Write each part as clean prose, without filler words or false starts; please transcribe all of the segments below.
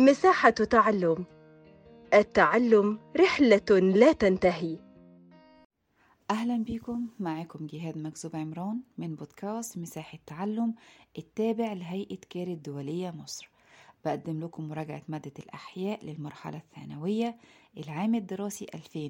مساحة تعلم. التعلم رحلة لا تنتهي. أهلا بكم، معاكم جهاد مكذوب عمران من بودكاست مساحة تعلم التابع لهيئة كير الدولية مصر. بقدم لكم مراجعة مادة الأحياء للمرحلة الثانوية العام الدراسي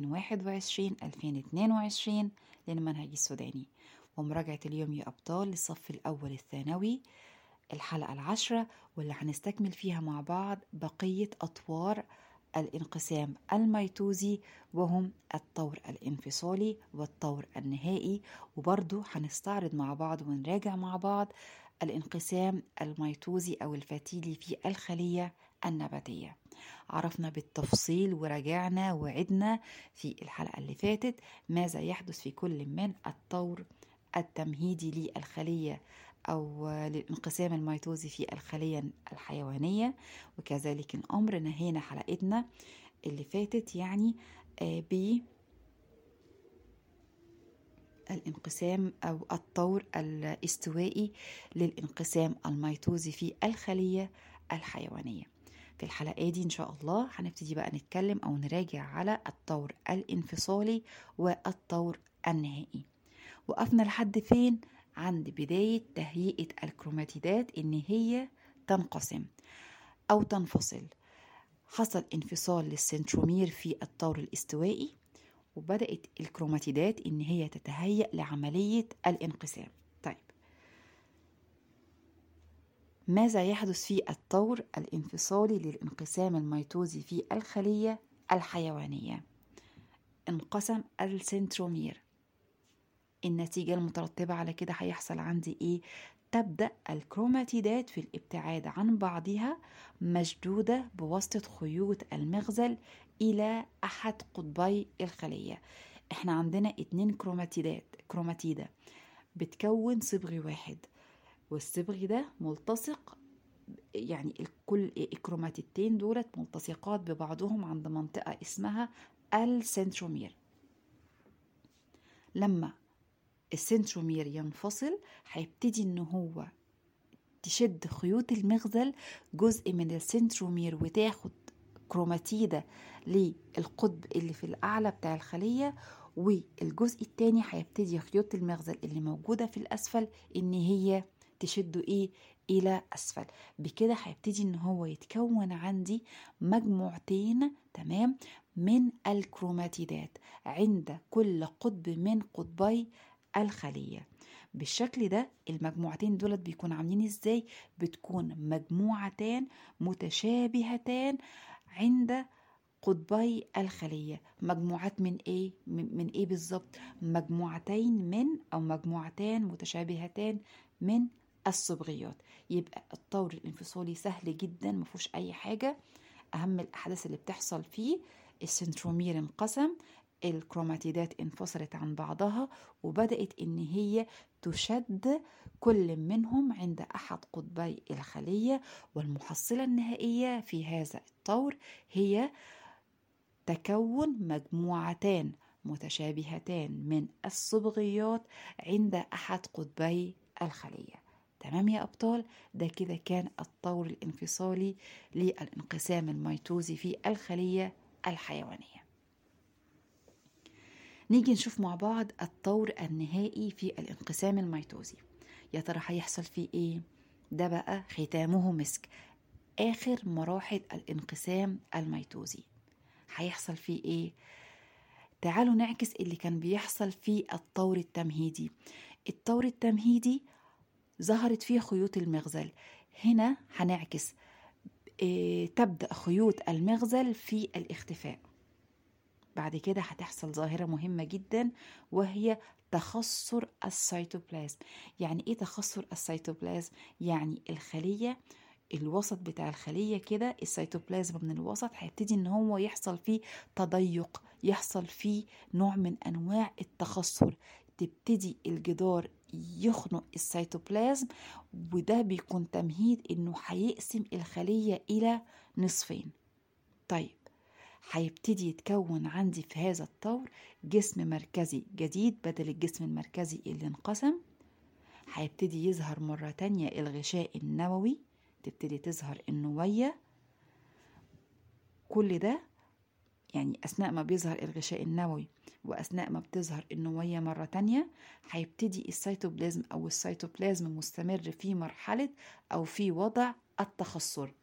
2021-2022 للمنهج السوداني، ومراجعة اليوم يا أبطال للصف الأول الثانوي الحلقة 10، واللي هنستكمل فيها مع بعض بقية أطوار الانقسام الميتوزي، وهم الطور الانفصالي والطور النهائي. وبرضو هنستعرض مع بعض ونراجع مع بعض الانقسام الميتوزي أو الفتيلي في الخلية النباتية. عرفنا بالتفصيل وراجعنا وعدنا في الحلقة اللي فاتت ماذا يحدث في كل من الطور التمهيدي للخلية أو للانقسام الميتوزي في الخلية الحيوانية، وكذلك الأمر نهينا حلقتنا اللي فاتت بالانقسام أو الطور الاستوائي للانقسام الميتوزي في الخلية الحيوانية. في الحلقة دي إن شاء الله هنبتدي بقى نتكلم أو نراجع على الطور الانفصالي والطور النهائي. وقفنا لحد فين؟ عند بداية تهيئة الكروماتيدات إن هي تنقسم أو تنفصل. حصل انفصال للسنترومير في الطور الاستوائي، وبدأت الكروماتيدات إن هي تتهيأ لعملية الانقسام. طيب، ماذا يحدث في الطور الانفصالي للانقسام الميتوزي في الخلية الحيوانية؟ انقسم السنترومير. النتيجة المترتبة على كده هيحصل عندي إيه؟ تبدأ الكروماتيدات في الابتعاد عن بعضها مشدودة بواسطة خيوط المغزل إلى أحد قطبي الخلية. احنا عندنا 2 كروماتيدة بتكون صبغ واحد، والصبغ ده ملتصق، يعني كل الكروماتيدتين دولت ملتصقات ببعضهم عند منطقة اسمها السنترومير. لما السنترومير ينفصل هيبتدي ان هو تشد خيوط المغزل جزء من السنترومير وتاخد كروماتيدة للقطب اللي في الأعلى بتاع الخلية، والجزء التاني هيبتدي خيوط المغزل اللي موجودة في الأسفل إن هي تشده إلى أسفل. بكده هيبتدي إن هو يتكون عندي مجموعتين تمام من الكروماتيدات عند كل قطب من قطبي الخلية. بالشكل ده المجموعتين دولت بيكون عاملين ازاي؟ بتكون مجموعتان متشابهتان عند قطبي الخلية. مجموعات من ايه؟ من ايه بالظبط؟ مجموعتان متشابهتان من الصبغيات. يبقى الطور الانفصالي سهل جدا، مفيهوش اي حاجة. اهم الاحداث اللي بتحصل فيه السنترومير انقسم، الكروماتيدات انفصلت عن بعضها وبدأت ان هي تشد كل منهم عند احد قطبي الخلية، والمحصلة النهائية في هذا الطور هي تكون مجموعتان متشابهتان من الصبغيات عند احد قطبي الخلية. تمام يا أبطال؟ ده كده كان الطور الانفصالي للانقسام الميتوزي في الخلية الحيوانية. نيجي نشوف مع بعض الطور النهائي في الانقسام الميتوزي. يا ترى هيحصل فيه ايه؟ ده بقى ختامه مسك، آخر مراحل الانقسام الميتوزي. هيحصل فيه ايه؟ تعالوا نعكس اللي كان بيحصل في الطور التمهيدي. الطور التمهيدي ظهرت فيه خيوط المغزل، هنا هنعكس تبدأ خيوط المغزل في الاختفاء. بعد كده هتحصل ظاهرة مهمة جدا وهي تخثر السيتوبلازم. يعني ايه تخثر السيتوبلازم؟ يعني الخلية، الوسط بتاع الخلية كده، السيتوبلازم من الوسط هيبتدي ان هو يحصل فيه تضيق، يحصل فيه نوع من انواع التخثر، تبتدي الجدار يخنق السيتوبلازم، وده بيكون تمهيد انه هيقسم الخلية الى نصفين. طيب، هيبتدي يتكون عندي في هذا الطور جسم مركزي جديد بدل الجسم المركزي اللي انقسم. هيبتدي يظهر مرة تانية الغشاء النووي، تبتدي تظهر النوية، كل ده يعني أثناء ما بيظهر الغشاء النووي وأثناء ما بتظهر النوية مرة تانية، هيبتدي السيتوبلازم أو السيتوبلازم مستمر في مرحلة أو في وضع التخثر،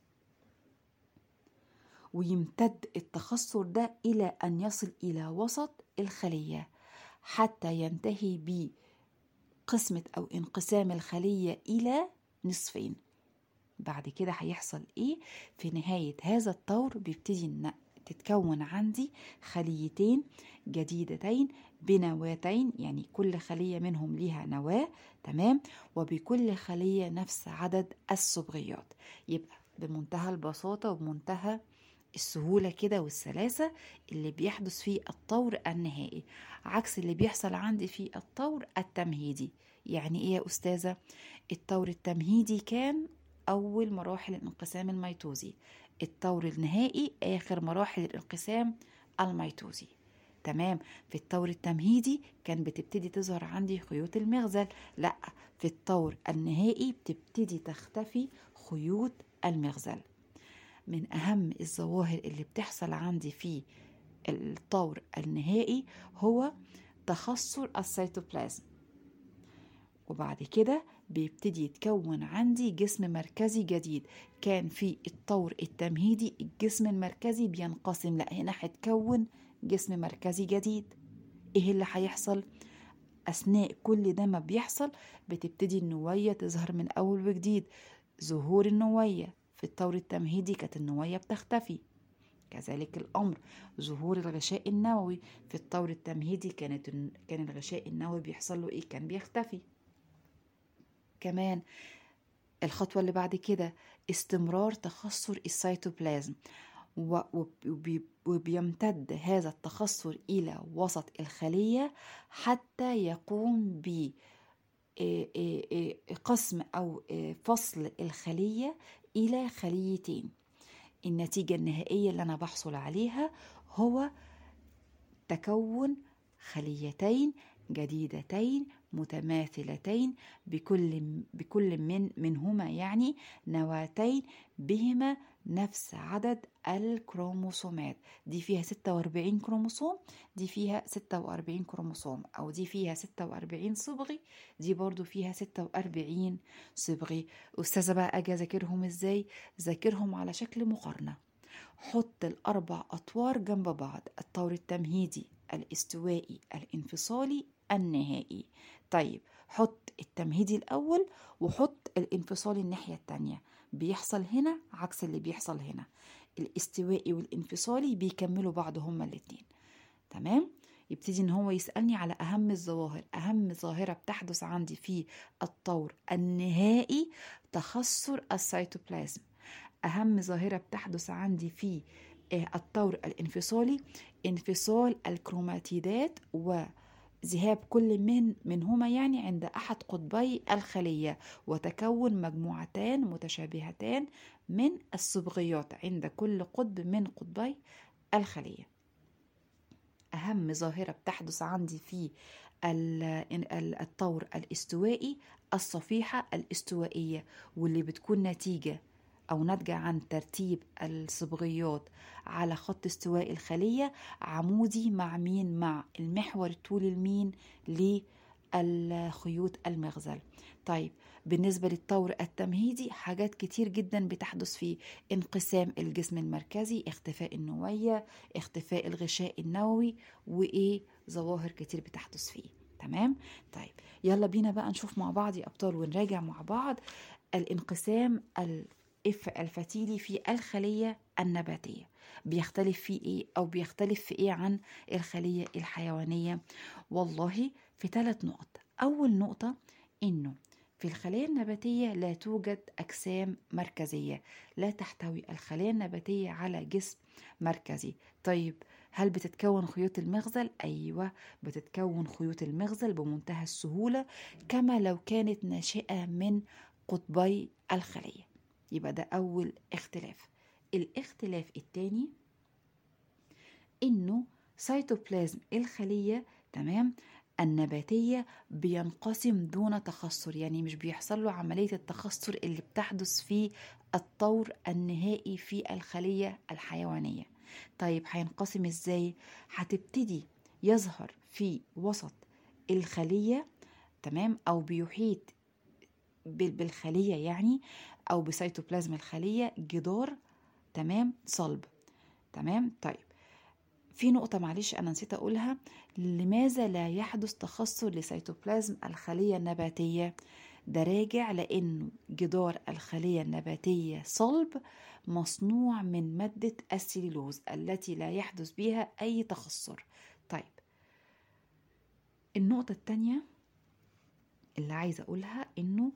ويمتد التخثر ده إلى أن يصل إلى وسط الخلية حتى ينتهي بقسمة أو انقسام الخلية إلى نصفين. بعد كده هيحصل إيه؟ في نهاية هذا الطور بيبتدي إن تتكون عندي خليتين جديدتين بنواتين، يعني كل خلية منهم ليها نواة، تمام، وبكل خلية نفس عدد الصبغيات. يبقى بمنتهى البساطة وبمنتهى السهولة كده والسلاسة اللي بيحدث في الطور النهائي، عكس اللي بيحصل عندي في الطور التمهيدي. يعني ايه يا أستاذة؟ الطور التمهيدي كان أول مراحل الانقسام الميتوزي، الطور النهائي آخر مراحل الانقسام الميتوزي. تمام. في الطور التمهيدي كان بتبتدي تظهر عندي خيوط المغزل، لا، في الطور النهائي بتبتدي تختفي خيوط المغزل. من أهم الظواهر اللي بتحصل عندي في الطور النهائي هو تخثر السيتوبلازم، وبعد كده بيبتدي يتكون عندي جسم مركزي جديد. كان في الطور التمهيدي الجسم المركزي بينقسم، لا، هنا هتكون جسم مركزي جديد. ايه اللي هيحصل؟ أثناء كل ده ما بيحصل بتبتدي النوية تظهر من أول وجديد. ظهور النوية في الطور التمهيدي كانت النوية بتختفي، كذلك الأمر ظهور الغشاء النووي في الطور التمهيدي كان الغشاء النووي بيحصل له إيه؟ كان بيختفي. كمان الخطوة اللي بعد كده استمرار تخثر السيتوبلازم، وبيمتد هذا التخثر إلى وسط الخلية حتى يقوم بقسم أو فصل الخلية إلى خليتين. النتيجة النهائية اللي أنا بحصل عليها هو تكون خليتين جديدتين متماثلتين بكل منهما يعني نواتين بهما نفس عدد الكروموسومات. دي فيها 46 كروموسوم، دي فيها 46 كروموسوم، أو دي فيها 46 صبغي، دي برضو فيها 46 صبغي. أستاذة بقى أجي أذاكرهم إزاي؟ ذاكرهم على شكل مقارنة. حط الأربع أطوار جنب بعض، الطور التمهيدي، الاستوائي، الانفصالي، النهائي. طيب حط التمهيدي الأول وحط الانفصالي الناحية التانية، بيحصل هنا عكس اللي بيحصل هنا. الاستوائي والانفصالي بيكملوا بعض هما الاتنين، تمام. يبتدي ان هو يسألني على أهم الظواهر. أهم ظاهرة بتحدث عندي في الطور النهائي تخثر السيتوبلازم. أهم ظاهرة بتحدث عندي في الطور الانفصالي انفصال الكروماتيدات وذهاب كل منهما يعني عند أحد قطبي الخلية، وتكون مجموعتان متشابهتان من الصبغيات عند كل قطب من قطبي الخلية. أهم ظاهرة بتحدث عندي في الطور الاستوائي الصفيحة الاستوائية، واللي بتكون نتيجة أو ناتجة عن ترتيب الصبغيات على خط استواء الخلية عمودي مع مين؟ مع المحور الطولي المين؟ للخيوط المغزل. طيب بالنسبة للطور التمهيدي حاجات كتير جدا بتحدث فيه: انقسام الجسم المركزي، اختفاء النوية، اختفاء الغشاء النووي، وإيه ظواهر كتير بتحدث فيه. تمام. طيب يلا بينا بقى نشوف مع بعض يا أبطال ونراجع مع بعض الانقسام الفتيلي في الخلية النباتية. بيختلف في ايه او بيختلف في ايه عن الخلية الحيوانية؟ والله في 3 نقط. اول نقطة انه في الخلايا النباتية لا توجد أجسام مركزية، لا تحتوي الخلايا النباتية على جسم مركزي. طيب هل بتتكون خيوط المغزل؟ أيوة، بتتكون خيوط المغزل بمنتهى السهولة كما لو كانت ناشئة من قطبي الخلية. يبقى ده أول اختلاف. الاختلاف الثاني إنه سيتوبلازم الخلية، تمام، النباتية بينقسم دون تخثر، يعني مش بيحصل له عملية التخثر اللي بتحدث في الطور النهائي في الخلية الحيوانية. طيب هينقسم ازاي؟ هتبتدي يظهر في وسط الخلية، تمام، او بيحيط بالخلية يعني، او بسيتوبلازم الخلية جدار، تمام، صلب. تمام. طيب في نقطة معلش أنا نسيت أقولها، لماذا لا يحدث تخثر لسيتوبلازم الخلية النباتية؟ ده راجع لأنه جدار الخلية النباتية صلب، مصنوع من مادة السليلوز التي لا يحدث بها أي تخثر. طيب النقطة التانية اللي عايزة أقولها إنه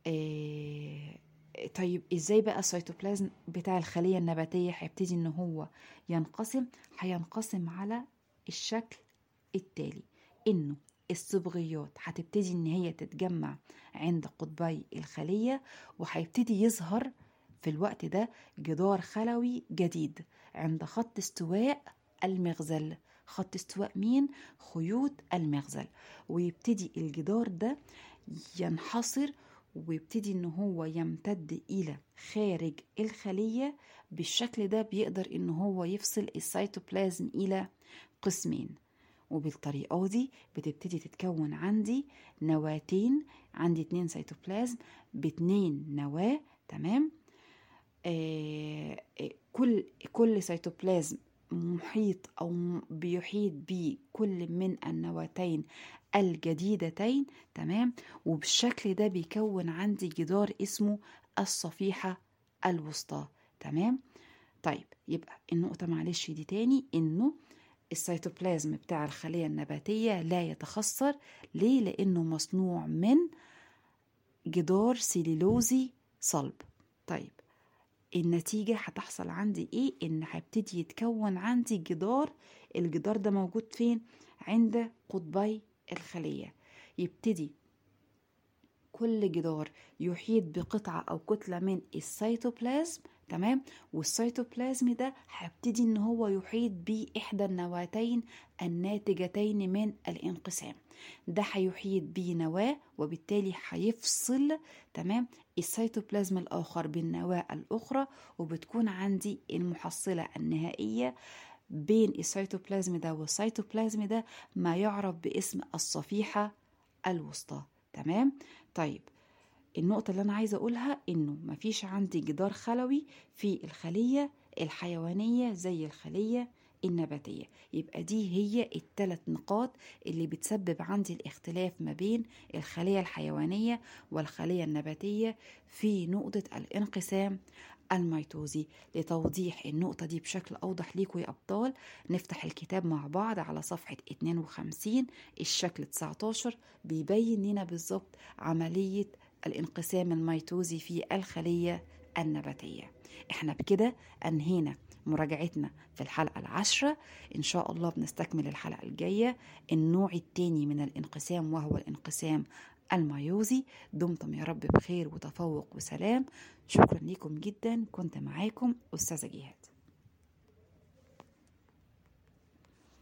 طيب إزاي بقى السيتوبلازم بتاع الخلية النباتية هيبتدي إن هو ينقسم؟ هينقسم على الشكل التالي، إنه الصبغيات هتبتدي إن هي تتجمع عند قطبي الخلية، وهيبتدي يظهر في الوقت ده جدار خلوي جديد عند خط استواء المغزل. خط استواء مين؟ خيوط المغزل. ويبتدي الجدار ده ينحصر ويبتدي ان هو يمتد الى خارج الخلية. بالشكل ده بيقدر ان هو يفصل السيتوبلازم الى قسمين، وبالطريقة دي بتبتدي تتكون عندي نواتين، عندي 2 سيتوبلازم ب2 نواة. تمام. كل سيتوبلازم محيط أو بيحيط بكل من النواتين الجديدتين. تمام. وبالشكل ده بيكون عندي جدار اسمه الصفيحة الوسطى. تمام. طيب يبقى النقطة معلش دي تاني، إنه السيتوبلازم بتاع الخلية النباتية لا يتخثر. ليه؟ لأنه مصنوع من جدار سليلوزي صلب. طيب النتيجة هتحصل عندي ايه؟ ان هيبتدي يتكون عندي الجدار ده موجود فين؟ عند قطبي الخلية. يبتدي كل جدار يحيط بقطعة او كتلة من السيتوبلازم. تمام. والسيتوبلازم ده هيبتدي ان هو يحيط بإحدى النواتين الناتجتين من الانقسام. ده هيحيط بنواة، وبالتالي هيفصل، تمام، السيتوبلازم الآخر بالنواة الأخرى، وبتكون عندي المحصلة النهائية بين السيتوبلازم ده والسيتوبلازم ده ما يعرف باسم الصفيحة الوسطى. تمام. طيب النقطة اللي أنا عايزة أقولها إنه مفيش عندي جدار خلوي في الخلية الحيوانية زي الخلية النباتية. يبقى دي هي ال3 نقاط اللي بتسبب عندي الاختلاف ما بين الخلية الحيوانية والخلية النباتية في نقطة الانقسام الميتوزي. لتوضيح النقطة دي بشكل أوضح ليكم يا أبطال، نفتح الكتاب مع بعض على صفحة 52. الشكل 19 بيبين لنا بالظبط عملية الانقسام الميتوزي في الخلية النباتية. احنا بكده أنهينا مراجعتنا في الحلقة 10. إن شاء الله بنستكمل الحلقة الجاية النوع الثاني من الانقسام، وهو الانقسام الميوزي. دمتم يا رب بخير وتفوق وسلام. شكرا لكم جدا. كنت معاكم أستاذة جهاد.